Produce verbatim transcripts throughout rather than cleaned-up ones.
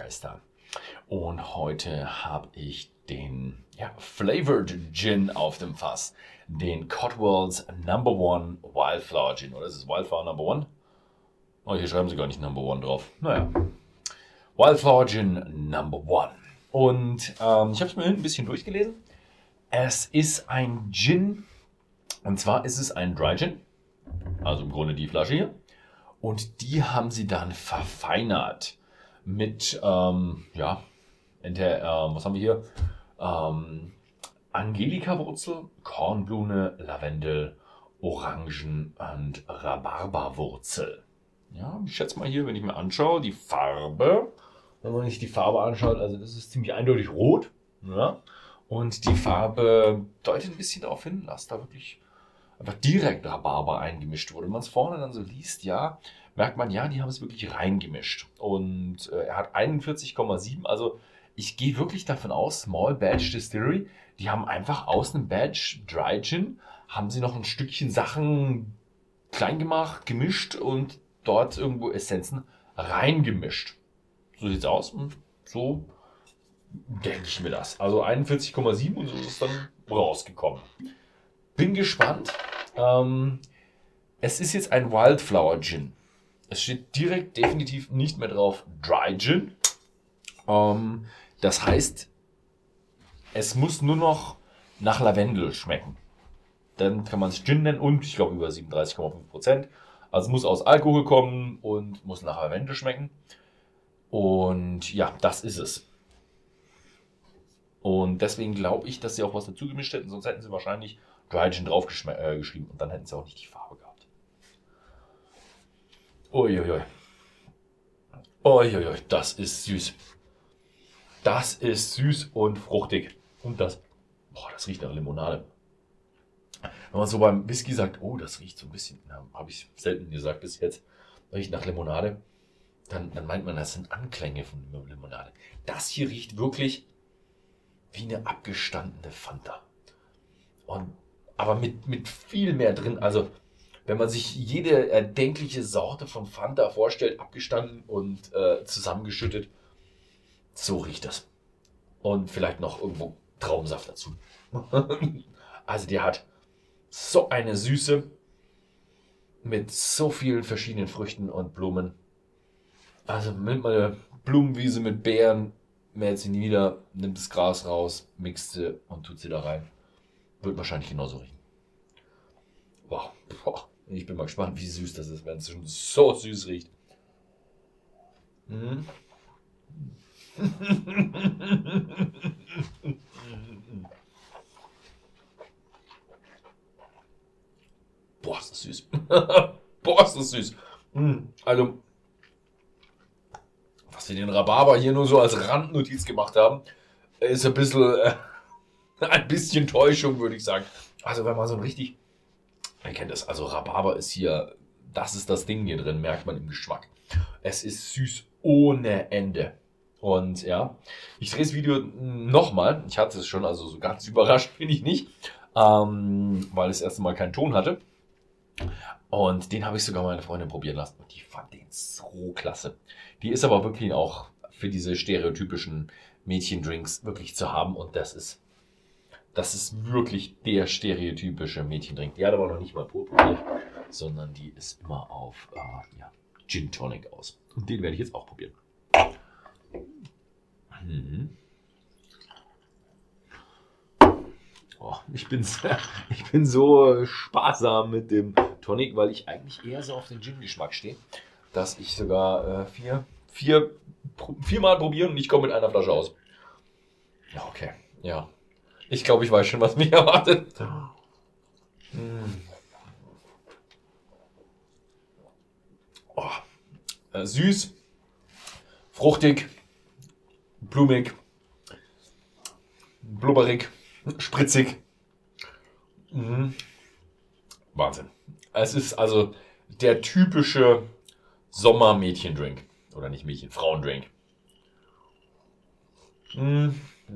heißt er. Und heute habe ich den ja, Flavored Gin auf dem Fass. Den Cotwell's Number One Wildflower Gin. Oder ist es Wildflower Number One? Oh, hier schreiben sie gar nicht Number One drauf. Naja. Wildflower Gin Number One. Und ähm, ich habe es mir hinten ein bisschen durchgelesen. Es ist ein Gin. Und zwar ist es ein Dry Gin. Also im Grunde die Flasche hier. Und die haben sie dann verfeinert mit, ähm, ja, der, ähm, was haben wir hier? Ähm, Angelika-Wurzel, Kornblume, Lavendel, Orangen- und Rhabarberwurzel. Ja, ich schätze mal hier, wenn ich mir anschaue, die Farbe, wenn man sich die Farbe anschaut, also das ist ziemlich eindeutig rot. Ja, und die Farbe deutet ein bisschen darauf hin, dass da wirklich einfach direkt Rhabarber eingemischt wurde. Wenn man es vorne dann so liest, ja, merkt man, ja, die haben es wirklich reingemischt. Und äh, er hat einundvierzig Komma sieben, also ich gehe wirklich davon aus, Small Batch Distillery, die haben einfach aus einem Batch Dry Gin, haben sie noch ein Stückchen Sachen klein gemacht, gemischt und dort irgendwo Essenzen reingemischt. So sieht's aus und so denke ich mir das. Also einundvierzig Komma sieben und so ist es dann rausgekommen. Bin gespannt. Ähm, es ist jetzt ein Wildflower Gin. Es steht direkt definitiv nicht mehr drauf Dry Gin. Ähm, das heißt, es muss nur noch nach Lavendel schmecken. Dann kann man es Gin nennen und ich glaube über siebenunddreißig Komma fünf Prozent. Also es muss aus Alkohol kommen und muss nach Lavendel schmecken. Und ja, das ist es. Und deswegen glaube ich, dass sie auch was dazu gemischt hätten, sonst hätten sie wahrscheinlich Dry Gin drauf äh, geschrieben und dann hätten sie auch nicht die Farbe gehabt. Uiuiui. Uiuiui, das ist süß. Das ist süß und fruchtig. Und das, boah, das riecht nach Limonade. Wenn man so beim Whisky sagt, oh, das riecht so ein bisschen, ja, habe ich selten gesagt bis jetzt, riecht nach Limonade, dann, dann meint man, das sind Anklänge von Limonade. Das hier riecht wirklich wie eine abgestandene Fanta. Und, aber mit, mit viel mehr drin. Also, wenn man sich jede erdenkliche Sorte von Fanta vorstellt, abgestanden und äh, zusammengeschüttet, so riecht das. Und vielleicht noch irgendwo Traubensaft dazu. Also, der hat so eine Süße mit so vielen verschiedenen Früchten und Blumen. Also, nimmt man eine Blumenwiese mit Beeren, mäht sie nieder, nimmt das Gras raus, mixt sie und tut sie da rein. Wird wahrscheinlich genauso riechen. Wow. Boah. Ich bin mal gespannt, wie süß das ist, wenn es schon so süß riecht. Mhm. Boah, ist das süß. Boah, ist das süß. Also, was wir den Rhabarber hier nur so als Randnotiz gemacht haben, ist ein bisschen, äh, ein bisschen Täuschung, würde ich sagen. Also, wenn man so ein richtig, ihr kennt das, also Rhabarber ist hier, das ist das Ding hier drin, merkt man im Geschmack. Es ist süß ohne Ende. Und ja, ich drehe das Video nochmal. Ich hatte es schon, also so ganz überrascht bin ich nicht, ähm, weil das erste Mal keinen Ton hatte. Und den habe ich sogar meine Freundin probieren lassen. Und die fand den so klasse. Die ist aber wirklich auch für diese stereotypischen Mädchendrinks wirklich zu haben. Und das ist, das ist wirklich der stereotypische Mädchendrink. Die hat aber noch nicht mal pur probiert, sondern die ist immer auf äh, ja, Gin Tonic aus. Und den werde ich jetzt auch probieren. Mhm. Oh, ich, bin, ich bin so sparsam mit dem Tonic, weil ich eigentlich eher so auf den Gin-Geschmack stehe, dass ich sogar äh, vier, vier, viermal probiere und ich komme mit einer Flasche aus. Ja, okay. Ja. Ich glaube, ich weiß schon, was mich erwartet. Mm. Oh. Äh, süß, fruchtig, blumig, blubberig, spritzig. Mhm. Wahnsinn. Es ist also der typische Sommermädchendrink. Oder nicht Mädchen, Frauendrink. Mhm.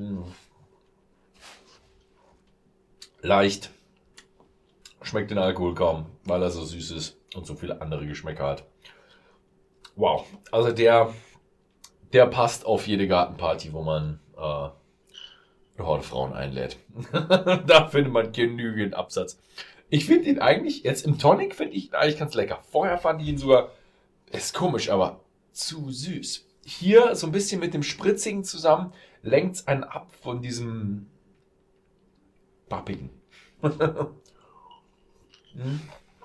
Leicht. Schmeckt den Alkohol kaum, weil er so süß ist und so viele andere Geschmäcker hat. Wow. Also der, der passt auf jede Gartenparty, wo man äh, eine Horde Frauen einlädt. Da findet man genügend Absatz. Ich finde ihn eigentlich, jetzt im Tonic finde ich ihn eigentlich ganz lecker. Vorher fand ich ihn sogar, ist komisch, aber zu süß. Hier so ein bisschen mit dem Spritzigen zusammen lenkt es einen ab von diesem Pappigen. hm.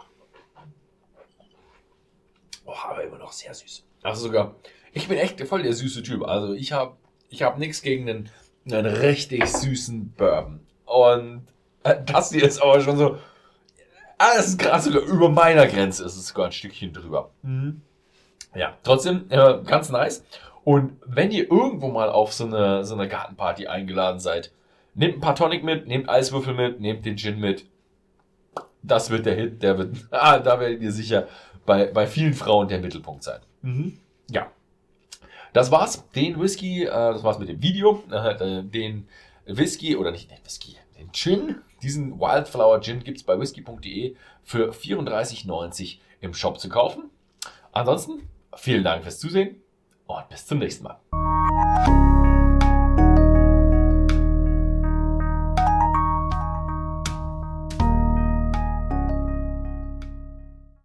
Oh, aber immer noch sehr süß. Also sogar, ich bin echt voll der süße Typ. Also ich habe ich hab nichts gegen einen, einen richtig süßen Bourbon. Und äh, das hier ist aber schon so, ah, das ist gerade sogar über meiner Grenze. Es ist sogar ein Stückchen drüber. Mhm. Ja, trotzdem äh, ganz nice. Und wenn ihr irgendwo mal auf so eine, so eine Gartenparty eingeladen seid, nehmt ein paar Tonic mit, nehmt Eiswürfel mit, nehmt den Gin mit. Das wird der Hit, der wird, ah, da werdet ihr sicher bei, bei vielen Frauen der Mittelpunkt sein. Mhm. Ja, das war's. Den Whisky, äh, das war's mit dem Video. Äh, den Whisky, oder nicht den Whisky, den Gin, diesen Wildflower Gin gibt's bei whisky punkt de für vierunddreißig neunzig im Shop zu kaufen. Ansonsten, vielen Dank fürs Zusehen und bis zum nächsten Mal.